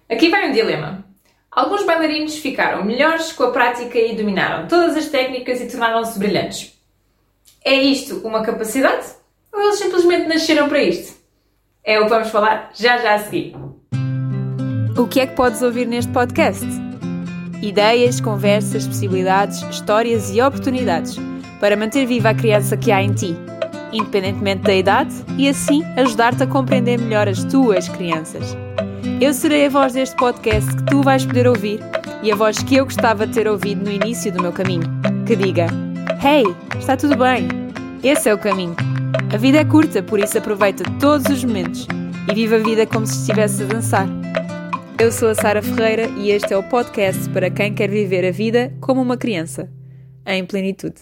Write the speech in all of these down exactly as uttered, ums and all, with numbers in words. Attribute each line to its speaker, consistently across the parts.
Speaker 1: Aqui vai um dilema. Alguns bailarinos ficaram melhores com a prática e dominaram todas as técnicas e tornaram-se brilhantes. É isto uma capacidade? Ou eles simplesmente nasceram para isto? É o que vamos falar já já a seguir.
Speaker 2: O que é que podes ouvir neste podcast? Ideias, conversas, possibilidades, histórias e oportunidades para manter viva a criança que há em ti, independentemente da idade, e assim ajudar-te a compreender melhor as tuas crianças. Eu serei a voz deste podcast que tu vais poder ouvir e a voz que eu gostava de ter ouvido no início do meu caminho, que diga: Hey, está tudo bem? Esse é o caminho. A vida é curta, por isso aproveita todos os momentos e vive a vida como se estivesse a dançar. Eu sou a Sara Ferreira e este é o podcast para quem quer viver a vida como uma criança, em plenitude.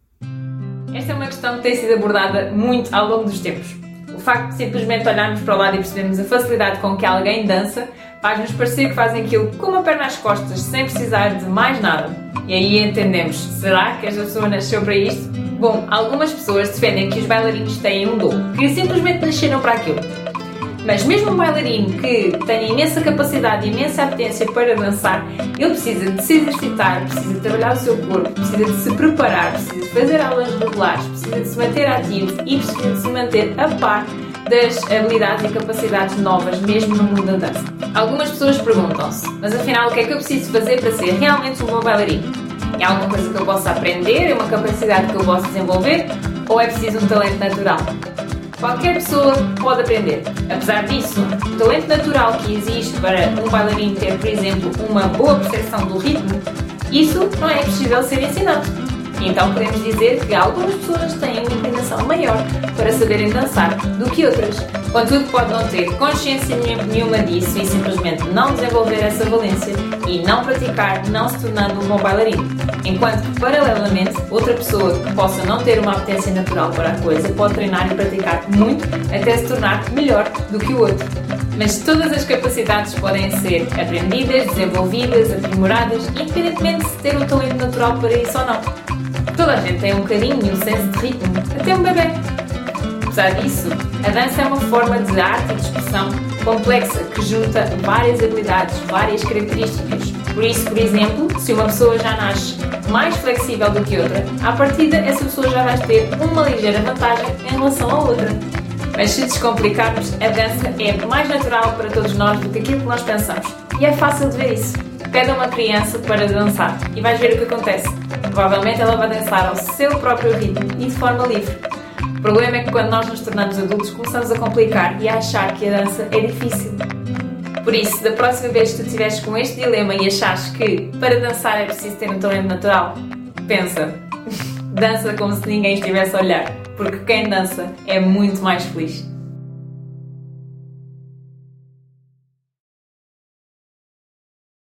Speaker 1: Esta é uma questão que tem sido abordada muito ao longo dos tempos. O facto de simplesmente olharmos para o lado e percebermos a facilidade com que alguém dança faz-nos parecer que fazem aquilo com uma perna às costas, sem precisar de mais nada. E aí entendemos, será que esta pessoa nasceu para isto? Bom, algumas pessoas defendem que os bailarinos têm um dom, que simplesmente nasceram para aquilo. Mas mesmo um bailarino que tenha imensa capacidade e imensa apetência para dançar, ele precisa de se exercitar, precisa de trabalhar o seu corpo, precisa de se preparar, precisa de fazer aulas regulares, precisa de se manter ativo e precisa de se manter a par das habilidades e capacidades novas, mesmo no mundo da dança. Algumas pessoas perguntam-se, mas afinal o que é que eu preciso fazer para ser realmente um bom bailarino? É alguma coisa que eu possa aprender? É uma capacidade que eu posso desenvolver? Ou é preciso um talento natural? Qualquer pessoa pode aprender. Apesar disso, o talento natural que existe para um bailarino ter, por exemplo, uma boa percepção do ritmo, isso não é possível ser ensinado. Então podemos dizer que algumas pessoas têm uma inclinação maior para saberem dançar do que outras. Contudo, pode não ter consciência nenhuma disso e simplesmente não desenvolver essa valência e não praticar, não se tornando um bom bailarino. Enquanto que, paralelamente, outra pessoa que possa não ter uma apetência natural para a coisa pode treinar e praticar muito até se tornar melhor do que o outro. Mas todas as capacidades podem ser aprendidas, desenvolvidas, aprimoradas, independentemente de se ter um talento natural para isso ou não. Toda a gente tem um carinho e um senso de ritmo, até um bebê. Apesar disso, a dança é uma forma de arte e de expressão complexa que junta várias habilidades, várias características. Por isso, por exemplo, se uma pessoa já nasce mais flexível do que outra, à partida essa pessoa já vai ter uma ligeira vantagem em relação à outra. Mas se descomplicarmos, a dança é mais natural para todos nós do que aquilo que nós pensamos. E é fácil de ver isso. Pede a uma criança para dançar e vais ver o que acontece. Provavelmente ela vai dançar ao seu próprio ritmo e de forma livre. O problema é que quando nós nos tornamos adultos começamos a complicar e a achar que a dança é difícil. Por isso, da próxima vez que tu estiveres com este dilema e achares que para dançar é preciso ter um talento natural, pensa, dança como se ninguém estivesse a olhar, porque quem dança é muito mais feliz.